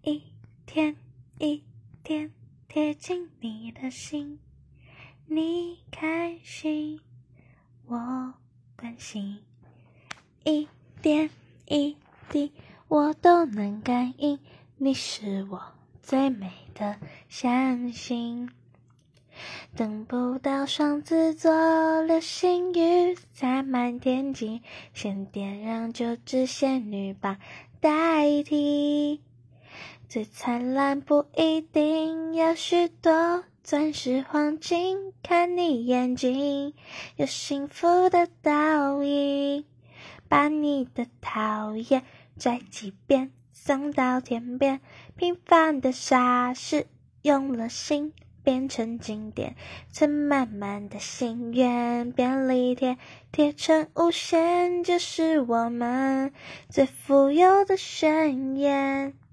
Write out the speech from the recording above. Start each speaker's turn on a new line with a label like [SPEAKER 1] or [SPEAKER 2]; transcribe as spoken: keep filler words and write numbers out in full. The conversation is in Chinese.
[SPEAKER 1] 一天一天贴近你的心，你开心，我关心，一点一滴我都能感应，你是我最美的相信。等不到双子座流星雨洒满天际，先点燃九支仙女棒代替。最灿烂不一定要许多钻石黄金，看你眼睛有幸福的倒影，把你的讨厌拽几遍送到天边，平凡的傻事用了心变成经典，存满满的心愿便利贴，贴成无限，就是我们最富有的宣言。